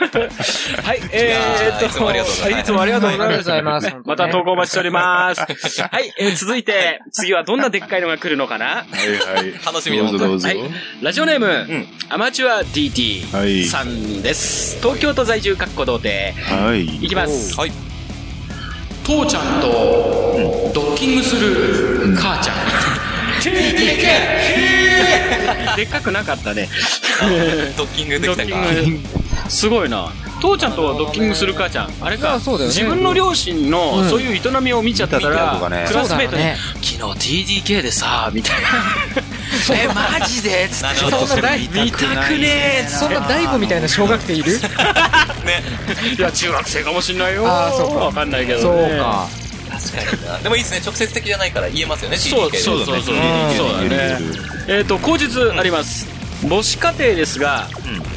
いつもありがとうございます。 いつもありがとうございます。 また投稿お待ちしております。はい、続いて、次はどんなでっかいのが来るのかな。 はい。 楽しみでございます。 はい。ラジオネーム、アマチュア DT さんです。東京都在住かっこ童貞。 はい。 いきます。 はい。 父ちゃんとドッキングする母ちゃん。でっかくなかったね。 ドッキングできたか。 すごいな。父ちゃんとドッキングする母ちゃん。あれか、自分の両親のそういう営みを見ちゃったら、クラスメイトに、昨日 TDK でさ、みたいな。マジでつって。 そんな見たくねえ。 そんな大悟みたいな小学生いる？ ね。 いや、中学生かもしんないよ。 ああ、そうか。 わかんないけど。 そうか。 確かにな。でもいいですね。直接的じゃないから言えますよね。 そうだね。そうだね。口実あります。母子家庭ですが、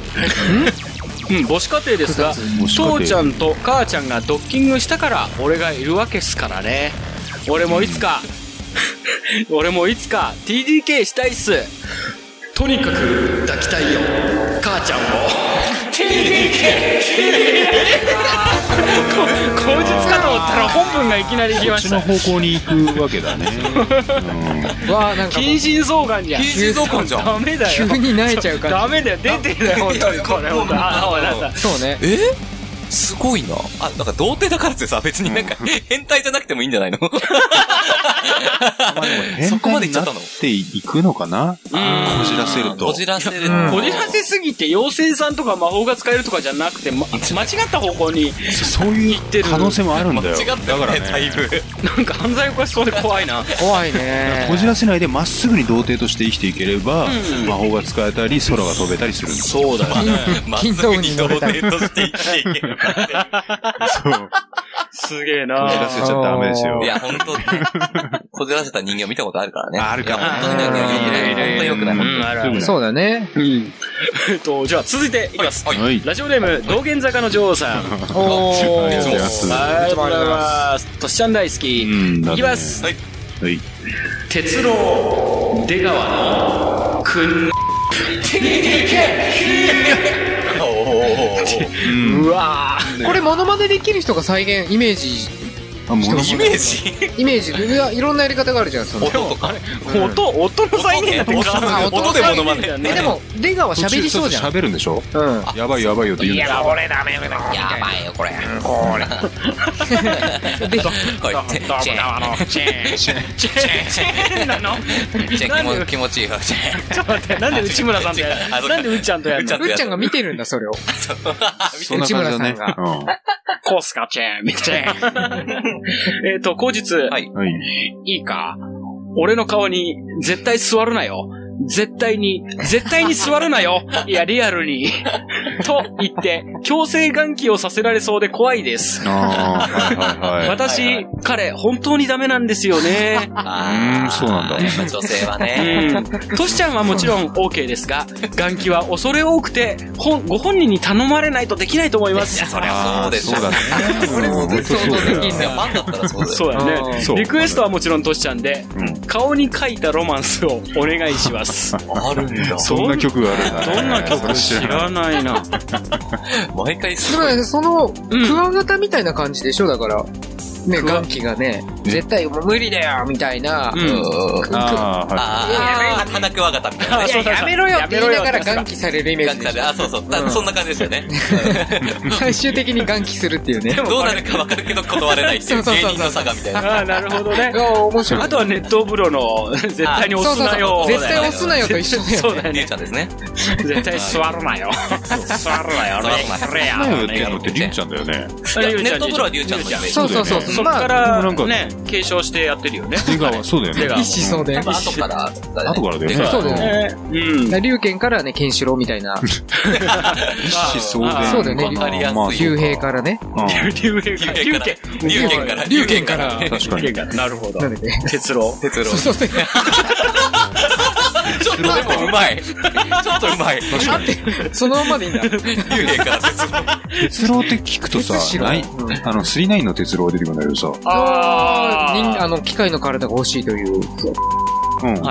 母子家庭ですが、父ちゃんと母ちゃんがドッキングしたから俺がいるわけっすからね。俺もいつか TDK したいっす。とにかく抱きたいよ母ちゃんを。口実かと思ったら本文がいきなり行きました。 こっちの方向に行くわけだね。 わあ、なんか近親相関じゃん。 近親相関じゃん。 ダメだよ。 急に泣いちゃう感じ。 ダメだよ。出てるよ、本当に。これ、本当に。 そうね。 すごいな。あ、なんか童貞だからってさ、別になんか変態じゃなくてもいいんじゃないの？そこまでいっちゃったの？ っていくのかな？こじらせると。 こじらせすぎて妖精さんとか魔法が使えるとかじゃなくて、間違った方向にそういう可能性もあるんだよ。 間違ってるね、だいぶ。 なんか犯罪を犯しそうで怖いな。 怖いね。 こじらせないでまっすぐに童貞として生きていければ、魔法が使えたり、空が飛べたりするんだ。 そうだよね。 まっすぐに童貞として生きていける。 そう。 すげえな。 こじらせちゃダメですよ。 いや、本当こじらせた人間を見たことあるからね。 あるかも。 本当にね、本当に良くない。 そうだね。 じゃあ続いていきます。ラジオネーム、道玄坂の女王さん。 おー。 ありがとうございます。としちゃん大好き。いきます。はい。鉄郎出川のくん。うわー。これモノマネできる人が再現、イメージ。 イメージいろんなやり方があるじゃん、その。 音とか。 音の再現って音でモノマネ。 でも、出川喋りそうじゃん。 喋るんでしょ？ うん。 やばいよって言うんだよ。 いや、これダメよ。 やばいよ、これ。 で、 こうやって、チェーンなの？チェーン気持ちいいよ、チェーン。 ちょっと待って、なんで内村さんとやる？なんでうっちゃんとやるの？ うっちゃんが見てるんだ、それを。 内村さんが。 コースか、チェーン、みたいな。口実。はい。いいか。俺の顔に絶対座るなよ。絶対に座るなよ。いや、リアルに。と言って、強制眼気をさせられそうで怖いです。私、彼、本当にダメなんですよね。 そうなんだ。 女性はね。 トシちゃんはもちろん OK ですが、眼気は恐れ多くて、ご本人に頼まれないとできないと思います。 いや、そりゃそうです。 そうだね。 これも想像できんだ。 ファンだったらそうだよ。 そうだね。リクエストはもちろんトシちゃんで、顔に書いたロマンスをお願いします。 あるんだ。 そんな曲があるんだ。 どんな曲知らないな。 毎回でもね、その、クワガタみたいな感じでしょ、だから。ね、ガンキがね、絶対もう無理だよみたいな。 花クワガタみたいな。 いや、やめろよって言いながらガンキされるイメージでしょ。 あ、そうそう。そんな感じですよね。 最終的にガンキするっていうね。 どうなるか分かるけど断れないっていう芸人の差がみたいな。 ああ、なるほどね。 面白い。 あとは熱湯風呂の、絶対に押すなよ。 絶対押すなよと一緒だよ。 そうだよね。 りゅうちゃんですね。 絶対座るなよ。座るなよ。 座るなよってりゅうちゃんだよね。 熱湯風呂はりゅうちゃんのイメージ。 そう。 そっからね、継承してやってるよね。 出川、そうだよね。 一子相伝。 後からだよね。 そうだよね。龍賢からね、ケンシロウみたいな。 一子相伝。 そうだよね。竜兵からね。 竜剣から。 確かに。 なるほど。鉄郎。 そう。 ちょっとでもうまい。ちょっとうまい。 確かに。そのままでいいんだ。 竜兵から鉄郎。 鉄郎って聞くとさ、39の鉄郎が出てくるんだけどさ。 機械の体が欲しいという。 はい。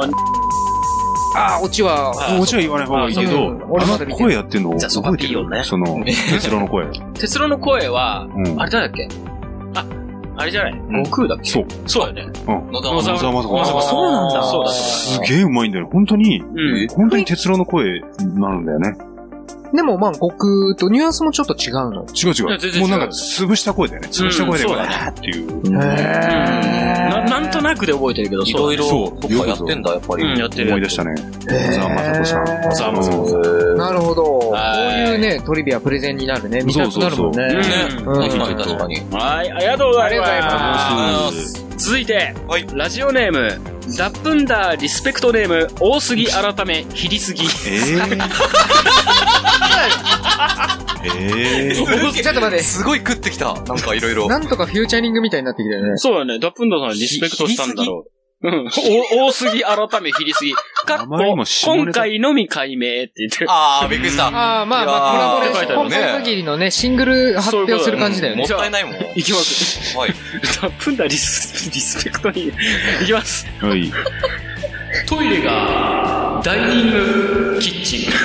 オチは言わない方がいいけど、声やってんの覚えてるよね。その、鉄郎の声。 鉄郎の声は、あれ誰だっけ？あれじゃない悟空だっけ？そうだよね。 野沢雅子。 そうなんだ。 そうだ。 すげえうまいんだよ。本当に鉄郎の声になるんだよね。 でもまあ、悟空とニュアンスもちょっと違うの。 違う。もうなんか、潰した声だよね。潰した声で、わーっていう。 なんとなくで覚えてるけど、 いろいろ、やってんだ、やっぱり。 やってる。 思い出したね。小沢雅子さん。 なるほど。こういうね、トリビアプレゼンになるね。見たくなるもんね。 確かに。 はい、ありがとうございます。続いて、ラジオネーム、ダップンダーリスペクトネーム、大杉改め、ひりすぎ。 ちょっと待って。 すごい食ってきた。なんかいろいろ。 なんとかフューチャリングみたいになってきたよね。 そうだね。ダップンダーさんリスペクトしたんだろう。大杉改めひりすぎ。今回のみ解明って言ってる。 びっくりした。 まあ、コラボレーション。今回限りのね、シングル発表する感じだよね。 もったいないもん。 いきます。はい。ダップンダーリスペクトに、いきます。 はい。 トイレが、ダイニングキッチン。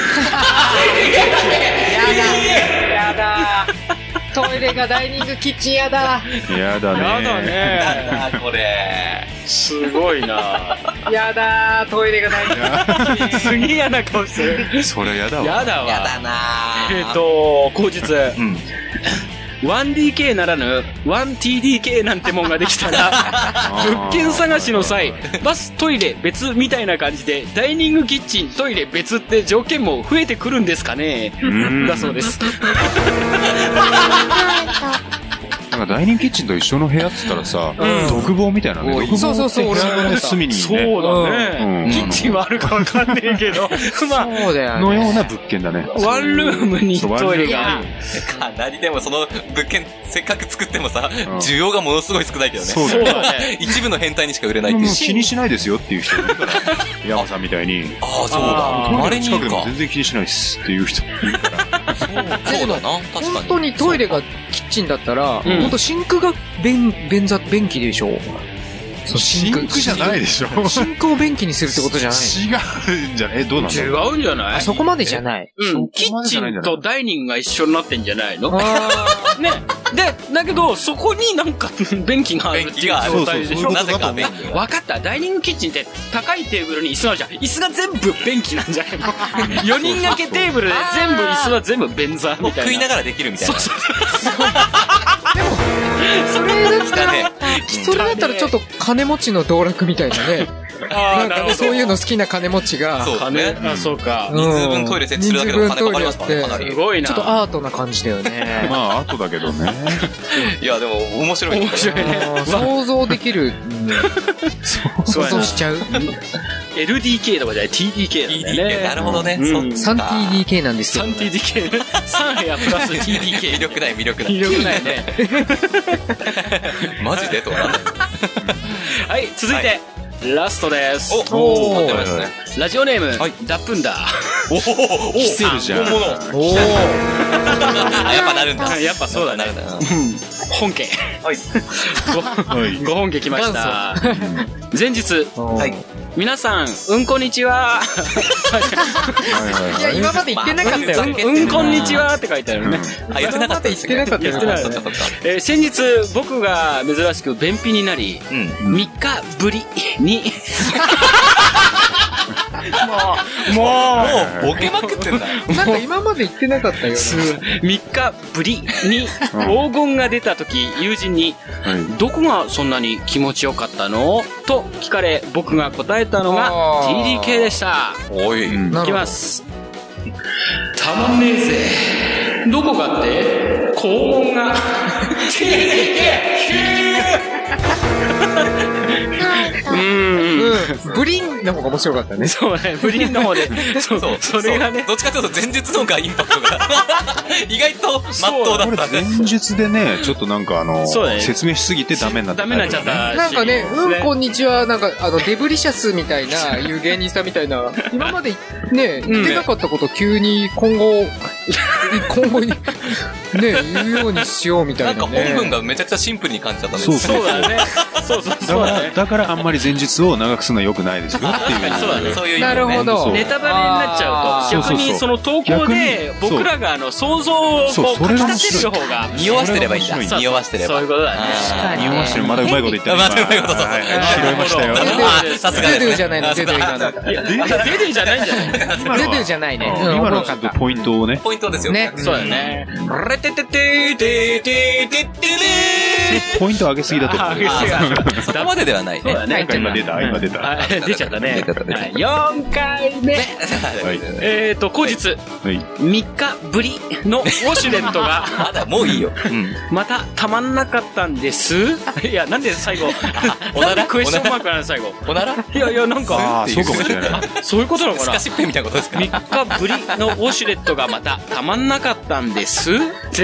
やだ。トイレがダイニングキッチンやだ。 やだね。 やだ、これ。 すごいな。 やだ、トイレがダイニングキッチン。 すげえ嫌な顔してる。 そりゃやだわ。 やだな。 後日。1DK ならぬ 1TDK なんてもんができたら物件探しの際バストイレ別みたいな感じでダイニングキッチントイレ別って条件も増えてくるんですかねだそうですなんかダイニングキッチンと一緒の部屋っつったらさ、独房みたいなね。 そう。 俺の隅にね。 そうだね。キッチンはあるかわかんねえけど、まあ、 そうだよね。 のような物件だね。 ワンルームにトイレがある。 かなりでもその物件せっかく作ってもさ、需要がものすごい少ないけどね。 そうだね。 一部の変態にしか売れないっていう。 気にしないですよっていう人いるから、山さんみたいに。 そうだ。 トイレの近くでも全然気にしないっすっていう人いるから。 そうだな、確かに。 本当にトイレがキッチンだったら、本当シンクが便器でしょ。 シンクじゃないでしょ。 シンクを便器にするってことじゃない。 違うんじゃない？どうなんだろう。 違うんじゃない？ そこまでじゃない。 キッチンとダイニングが一緒になってんじゃないの？ね。だけど、そこになんか便器があるっていう状態でしょ。 なぜか便器。 分かった。ダイニングキッチンって高いテーブルに椅子があるじゃん。椅子が全部便器なんじゃないの？ 4 人掛けテーブルで全部椅子は全部便座みたいな。 食いながらできるみたいな。 そう。 それだったらちょっと金持ちの道楽みたいなね。なんかね、そういうの好きな金持ちが。 そうね。 そうか。 人数分トイレ設置するだけでも金かかりますからね、かなり。 すごいな。 ちょっとアートな感じだよね。 まあ、アートだけどね。 いや、でも面白いね。 想像できる。想像しちゃう。 LDK とかじゃない TDK なんだよね。 なるほどね。 3TDK なんですよ。 3TDK。3部屋プラス TDK。 魅力ない。 魅力ないね。 マジでとはなんだよ。 はい、続いて。ラストです。ラジオネーム、ダップンダー。 来てるじゃん。 やっぱなるんだ。 やっぱそうだね。本家。ご本家来ました。前日、皆さん、こんにちは。 いや、今まで言ってなかったよ。 こんにちはって書いてあるね。 言ってなかったですね。 言ってない。先日、僕が珍しく便秘になり、3日ぶりに、もうボケまくってんだ。 なんか今まで言ってなかったよ。 3日ぶりに黄金が出た時、友人に、どこがそんなに気持ちよかったのと聞かれ、僕が答えたのが TDK でした。いきます。たまんねえぜ。どこがって高音が TDK ブリンの方が面白かったね。 そうね、ブリンの方で。そう、それがね。 どっちかというと前述の方がインパクトが。意外と真っ当だったんで。 前述でね、ちょっとなんか説明しすぎてダメになっちゃった。 なんかね、こんにちは、なんかデブリシャスみたいな、いう芸人さんみたいな、今までね、言ってなかったこと急に今後に、ね、言うようにしようみたいなね。 なんか本文がめちゃくちゃシンプルに感じちゃったんです。 そうだね。そう。 だからあんまり前述を長くするのは良くないですよっていう。 そうだね。そういう意味で。 なるほど。 ネタバレになっちゃうと、逆にその投稿で僕らが想像をかき立てる方が。 匂わしてればいいんだ。匂わしてれば。 そういうことだね。 匂わしてる。まだうまいこと言ってる。 まだうまいことそう。 拾いましたよ。 さすがです。 デドゥじゃないの、デドゥ今の。 デドゥじゃないんじゃないデドゥじゃないね。 今のちょっとポイントをね。 ポイントですよね。 そうだね。 ポイント上げすぎだと思う。 そこまでではないね。 今出た。 出ちゃったね。4回目。後日、3日ぶりのウォシュレットが、 まだもういいよ。 またたまんなかったんです。いや、なんで最後、なんでクエスチョンマークなの最後。 おなら？ いや、なんか、 そうかもしれない。 そういうことなのかな？ スカシッペみたいなことですか ？3日ぶりのウォシュレットがまたたまんなかったんですって、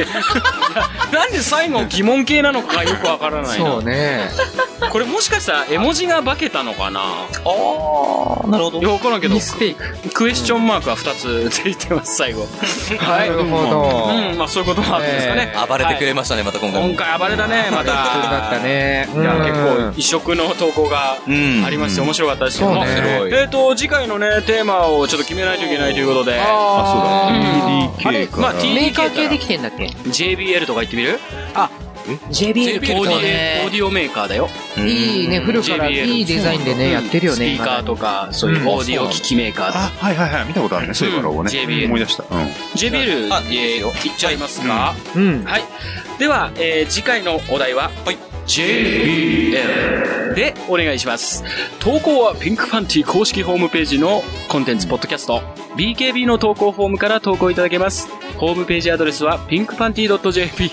なんで最後疑問系なのかよくわからないな。 そうね。 これもしかしたら絵文字が化けたのかな？ なるほど。 よくわからんけど、 ミステイク。 クエスチョンマークは2つついてます、最後。 なるほど。 まあそういうこともあるんですかね。 暴れてくれましたね、また今回。 今回暴れたね、また。 だったね。 いや、結構異色の投稿がありまして面白かったですけども。次回のね、テーマをちょっと決めないといけないということで。 あ、そうだ。 TDK から。メーカー系できてんだっけ？ JBL とか言ってみる？ JBL 結構ね、オーディオメーカーだよ。 いいね、古くからいいデザインでね、やってるよね。 スピーカーとか、そういうオーディオ機器メーカーで。 はい、見たことあるね、そういうのをね。 JBL。 思い出した。 JBL、いっちゃいますか？はい。では、次回のお題は、JBL でお願いします。投稿はピンクパンティ公式ホームページのコンテンツポッドキャスト BKB の投稿フォームから投稿いただけます。ホームページアドレスは pinkpanty.jp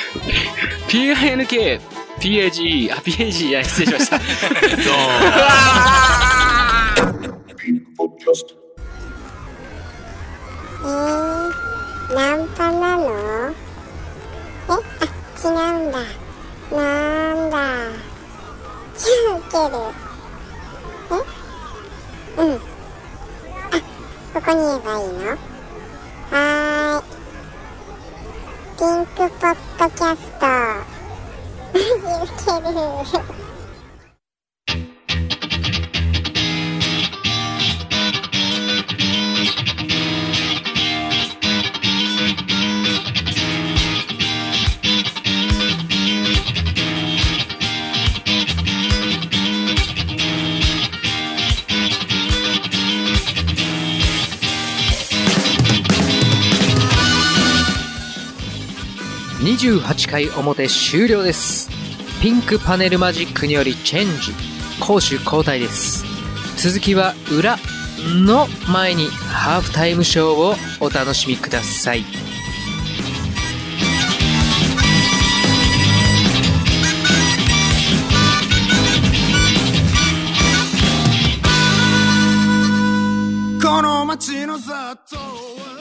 PINK PAGE PAGE 失礼しました。 ナンパなの？違うんだ。なんだ。じゃあ受ける。ここに言えばいいの？はーい。ピンクポッドキャスト。マジ受ける。 28回表終了です。ピンクパネルマジックによりチェンジ、攻守交代です。続きは裏の前にハーフタイムショーをお楽しみください。この街の雑踏